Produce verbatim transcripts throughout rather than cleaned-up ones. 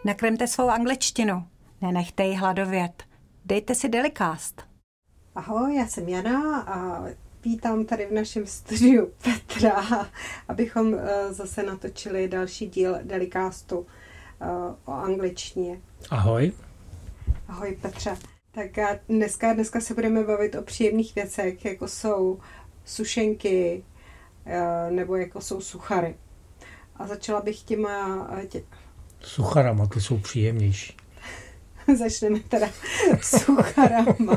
Nakrmte svou angličtinu. Nenechte ji hladovět. Dejte si Delicast. Ahoj, já jsem Jana a vítám tady v našem studiu Petra, abychom zase natočili další díl Delicastu o angličtině. Ahoj. Ahoj Petře. Tak dneska, dneska se budeme bavit o příjemných věcech, jako jsou sušenky nebo jako jsou suchary. A začala bych těma... Tě... Sucharama, ty jsou příjemnější. Začneme teda sucharama.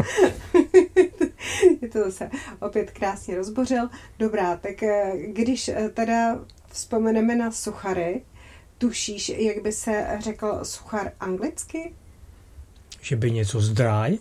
Je to zase opět krásně rozbořil. Dobrá, tak když teda vzpomeneme na suchary, tušíš, jak by se řekl suchar anglicky? Že by něco zdráj?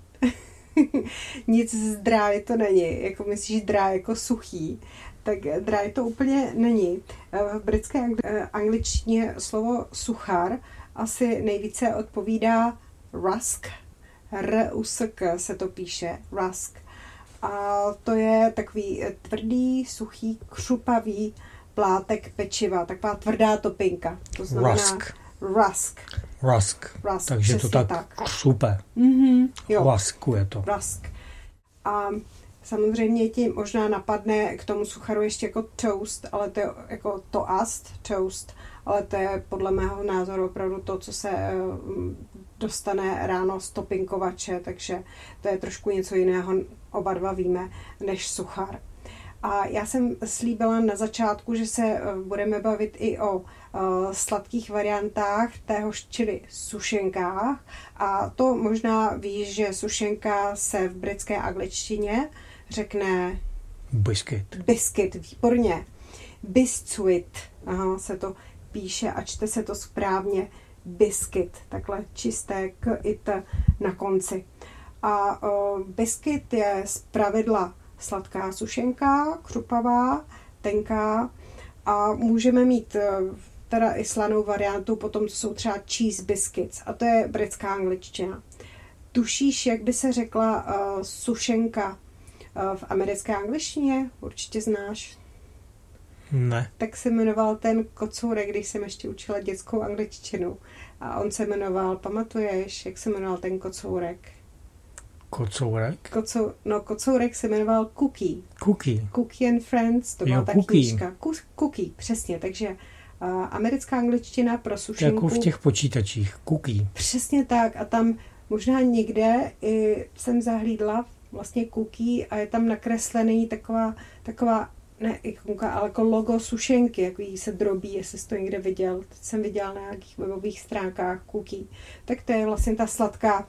Nic zdráj to není. Jako myslíš dry jako suchý. Tak dry to úplně není. V britské angličtině slovo suchar asi nejvíce odpovídá rusk. R-U-S-K se to píše. Rusk. A to je takový tvrdý, suchý, křupavý plátek pečiva. Taková tvrdá topinka. To znamená rusk. Rusk. Rusk. Rusk. Takže to tak, tak. křupe. Mm-hmm, jo. Ruskuje to. Rusk. A samozřejmě ti možná napadne k tomu sucharu ještě jako toast, ale to je jako toast, toast, ale to je podle mého názoru opravdu to, co se dostane ráno z topinkovače, takže to je trošku něco jiného, oba dva víme, než suchar. A já jsem slíbila na začátku, že se budeme bavit i o uh, sladkých variantách téhož, čili sušenkách. A to možná víš, že sušenka se v britské angličtině řekne biscuit. Biscuit, výborně. Biscuit, aha, se to píše a čte se to správně. Biscuit, takhle čisté k i t na konci. A uh, biscuit je zpravidla sladká sušenka, křupavá, tenká a můžeme mít teda i slanou variantu, potom to jsou třeba cheese biscuits a to je britská angličtina. Tušíš, jak by se řekla uh, sušenka uh, v americké angličtině? Určitě znáš. Ne. Tak se jmenoval ten kocourek, když jsem ještě učila dětskou angličtinu. A on se jmenoval, pamatuješ, jak se jmenoval ten kocourek? Kocourek? Kocou, no, kocourek se jmenoval Cookie. Cookie. Cookie and Friends, to byla ta knížka. Cookie, přesně, takže uh, americká angličtina pro sušenku. Jako v těch počítačích, Cookie. Přesně tak a tam možná někde i jsem zahlídla vlastně Cookie a je tam nakreslený taková, taková ne ikonka, ale jako logo sušenky, jako jí se drobí, jestli jsi to někde viděl. Teď jsem viděla na nějakých webových stránkách Cookie. Tak to je vlastně ta sladká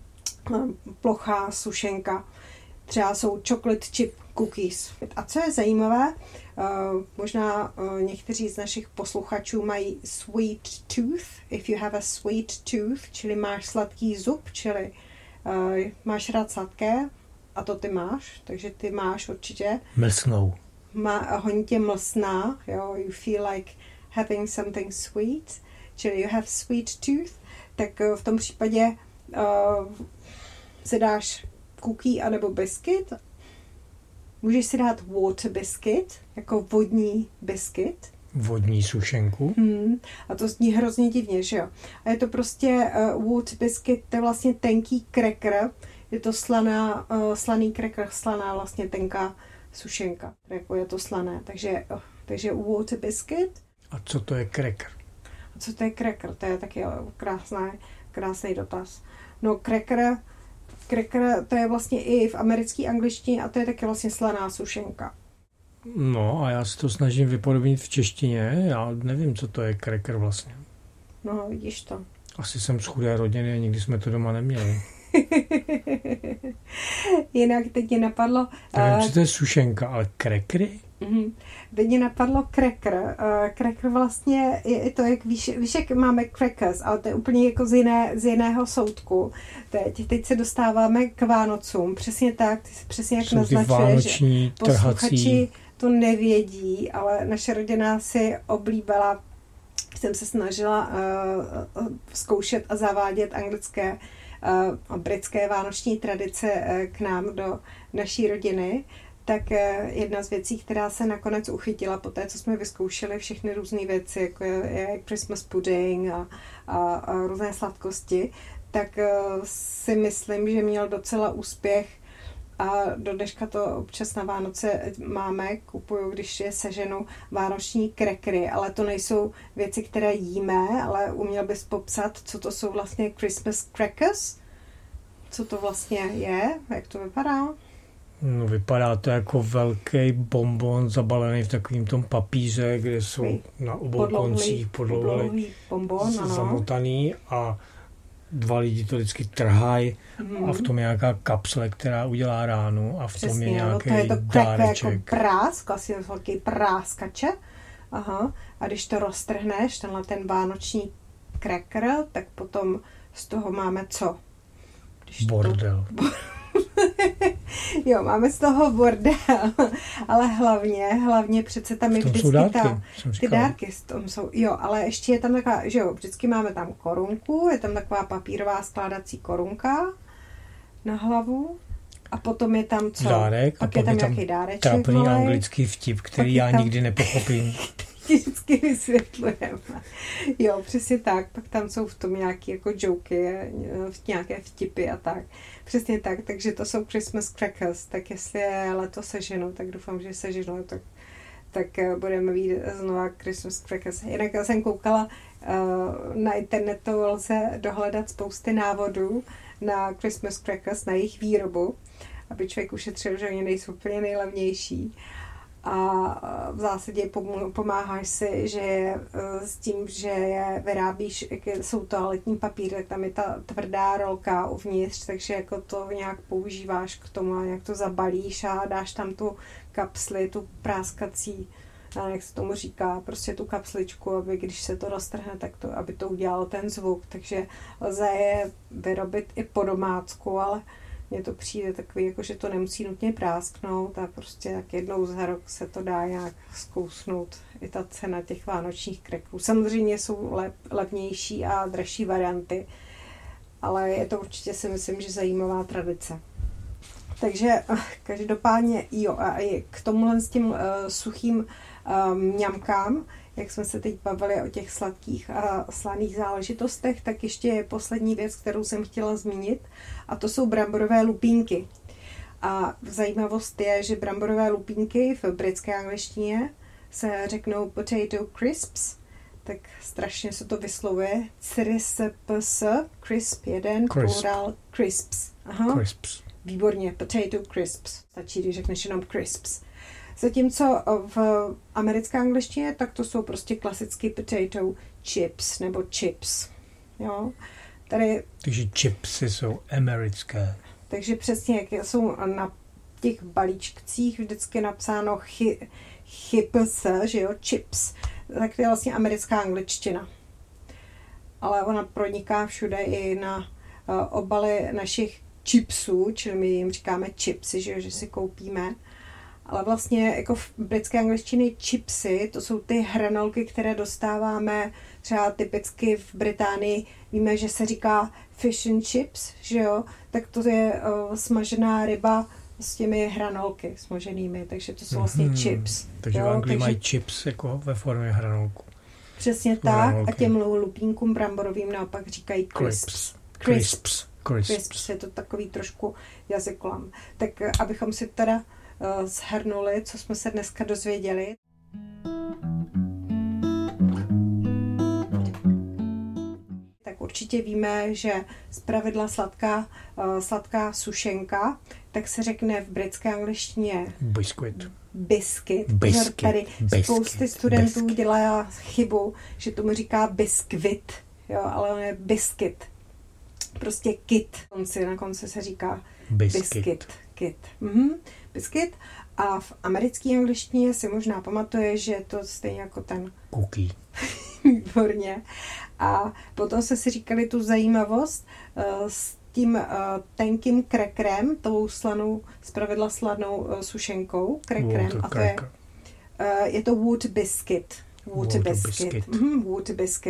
plochá sušenka. Třeba jsou chocolate chip cookies. A co je zajímavé, uh, možná uh, někteří z našich posluchačů mají sweet tooth, if you have a sweet tooth, čili máš sladký zub, čili uh, máš rád sladké, a to ty máš, takže ty máš určitě. Mlsnou. Má, hodně tě mlsná, jo, you feel like having something sweet, čili you have sweet tooth, tak uh, v tom případě uh, si dáš cookie anebo biscuit. Můžeš si dát water biscuit, jako vodní biscuit. Vodní sušenku. Hmm. A to zní hrozně divně, že jo? A je to prostě uh, water biscuit, to je vlastně tenký cracker. Je to slaná, uh, slaný cracker, slaná vlastně tenká sušenka. Jako je to slané. Takže, uh, takže water biscuit. A co to je cracker? A co to je cracker? To je taky krásný, krásný dotaz. No cracker Cracker, to je vlastně i v americké angličtině a to je taky vlastně slaná sušenka. No a já se to snažím vypodobnit v češtině, já nevím, co to je cracker vlastně. No, vidíš to. Asi jsem z chudé rodiny a nikdy jsme to doma neměli. Jinak teď mě napadlo... Nevím, uh, co to je sušenka, ale crackery? Uh-huh. Teď mě napadlo cracker. Uh, cracker vlastně je to, jak víš, víš, jak máme crackers, ale to je úplně jako z, jiné, z jiného soudku. Teď, teď se dostáváme k Vánocům. Přesně tak, přesně jak jsou naznačuješ. Posluchači to nevědí, ale naše rodina si oblíbila, jsem se snažila uh, zkoušet a zavádět anglické a britské vánoční tradice k nám do naší rodiny, tak jedna z věcí, která se nakonec uchytila po té, co jsme vyzkoušeli všechny různé věci, jako je Christmas pudding a, a, a různé sladkosti, tak si myslím, že měl docela úspěch a do dneška to občas na Vánoce máme, kupuju, když je seženu vánoční krekry, ale to nejsou věci, které jíme, ale uměl bys popsat, co to jsou vlastně Christmas crackers? Co to vlastně je? Jak to vypadá? No, vypadá to jako velký bonbon zabalený v takovým tom papíře, kde jsou Vy, na obou podlouhlý, koncích podlouhlý bonbon, ano. zamotaný a dva lidi to vždycky trhají mm. a v tom je nějaká kapsle, která udělá ránu a v Přesně, tom je nějaký no to je to dáreček. Jako prásk, asi velký práskače. Aha. A když to roztrhneš, tenhle ten vánoční cracker, tak potom z toho máme co? Když bordel. To... Jo, máme z toho bordel, ale hlavně, hlavně přece tam je vždycky dárky, ta, ty dárky, tom jsou, jo, ale ještě je tam taková, že jo, vždycky máme tam korunku, je tam taková papírová skládací korunka na hlavu a potom je tam co? Dárek, pak a je tam nějaký dáreček. Trapný malej, anglický vtip, který já tam... nikdy nepochopím. Vždycky vysvětlujeme. Jo, přesně tak. Pak tam jsou v tom nějaké jako joky, nějaké vtipy a tak. Přesně tak, takže to jsou Christmas crackers. Tak jestli je letos seženu, tak doufám, že seženu, tak, tak budeme vidět znova Christmas crackers. Jinak já jsem koukala, na internetu lze dohledat spousty návodů na Christmas crackers, na jejich výrobu, aby člověk ušetřil, že oni nejsou úplně nejlevnější. A v zásadě pomáháš si, že s tím, že je vyrábíš, jsou toaletní papíry, tak tam je ta tvrdá rolka uvnitř, takže jako to nějak používáš k tomu a nějak to zabalíš a dáš tam tu kapsli, tu práskací, jak se tomu říká, prostě tu kapsličku, aby když se to roztrhne, tak to, aby to udělalo ten zvuk, takže lze je vyrobit i po domácku, ale mně to přijde takový, jako že to nemusí nutně prásknout a prostě tak jednou za rok se to dá nějak zkousnout. I ta cena těch vánočních krekrů. Samozřejmě jsou lep, levnější a dražší varianty, ale je to určitě, si myslím, že zajímavá tradice. Takže každopádně jo, a i k tomuhle s tím uh, suchým um, mňamkám, jak jsme se teď bavili o těch sladkých a slaných záležitostech, tak ještě je poslední věc, kterou jsem chtěla zmínit, a to jsou bramborové lupínky. A zajímavost je, že bramborové lupínky v britské angličtině se řeknou potato crisps, tak strašně se to vyslovuje. Crisps, crisp jeden, crisp. plural crisps. Aha. Crisps. Výborně, potato crisps. Stačí, když řekneš jenom crisps. Zatímco v americké angličtině, tak to jsou prostě klasicky potato chips nebo chips. Jo? Tady, takže chipsy jsou americké. Takže přesně, jak jsou na těch balíčkcích vždycky napsáno chy, chips, že jo, chips. Tak to je vlastně americká angličtina. Ale ona proniká všude i na uh, obaly našich chipsů, čili my jim říkáme chipsy, že, jo, že si koupíme. Ale vlastně jako v britské angličtině chipsy, to jsou ty hranolky, které dostáváme třeba typicky v Británii. Víme, že se říká fish and chips, že jo? Tak to je uh, smažená ryba s těmi hranolky smaženými, takže to jsou vlastně mm-hmm. chips. Takže jo? v Anglii takže... mají chips jako ve formě hranolku. Přesně tak. Hranolky. A těm lupínkům bramborovým naopak říkají crisps. Crisps. Crisps. Crisps. Crisps. Je to takový trošku jazykolam. Tak abychom si teda uh, shrnuli, co jsme se dneska dozvěděli. Tak určitě víme, že zpravidla sladká, uh, sladká sušenka, tak se řekne v britské angličtině biscuit. Biscuit. Biscuit. Tady Biscuit. spousty studentů Biscuit. dělá chybu, že tomu říká biskvit, jo, ale on je biscuit. Prostě kit. Na konci, na konci se říká biscuit. Kit. Mhm. Biscuit. A v americké angličtině si možná pamatuje, že je to stejně jako ten cookie. Výborně. A potom se si říkali tu zajímavost uh, s tím uh, tenkým krekrem, tou slanou, zpravidla sladnou uh, sušenkou, krekrem. A to je, uh, je to wood biscuit. Wood, wood biscuit. biscuit. Mm-hmm, wood biscuit.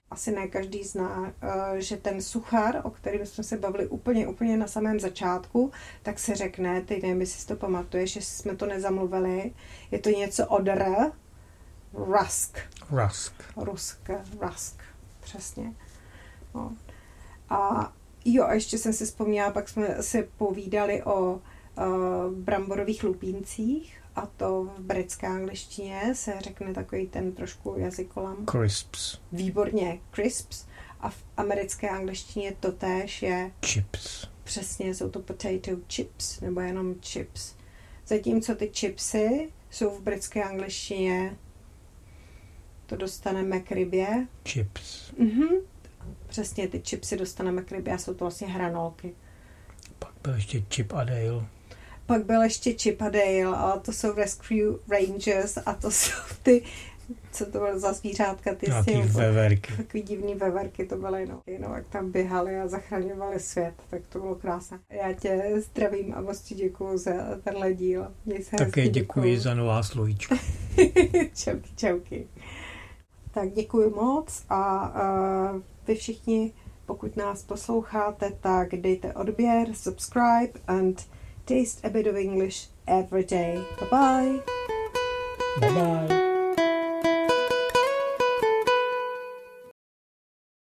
asi ne každý zná, že ten suchar, o kterém jsme se bavili úplně, úplně na samém začátku, tak se řekne, teď nevím, jestli si to pamatuješ, že jsme to nezamluvili, je to něco od R, rusk. Rusk. Rusk, rusk, přesně. No. A jo, a ještě jsem si vzpomněla, pak jsme si povídali o uh, bramborových lupíncích, a to v britské angličtině se řekne takový ten trošku jazykolam. Crisps. Výborně, crisps. A v americké angličtině to též je... Chips. Přesně, jsou to potato chips, nebo jenom chips. Zatímco ty chipsy jsou v britské angličtině, to dostaneme k rybě. Chips. Mhm. Přesně, ty chipsy dostaneme k rybě a jsou to vlastně hranolky. Pak byl ještě Chip a Dale. Pak byl ještě Chip a Dale, a to jsou Rescue Rangers a to jsou ty, co to bylo za zvířátka, ty nějaký veverky. Takový divný veverky to byly, no. no. Jak tam běhali a zachraňovali svět, tak to bylo krásné. Já tě zdravím a moc ti děkuju za tenhle díl. Také děkuji za nová slovíčka. Čauky, čauky. Tak děkuji moc a uh, vy všichni, pokud nás posloucháte, tak dejte odběr, subscribe and taste a bit of English every day. Bye bye. Bye bye.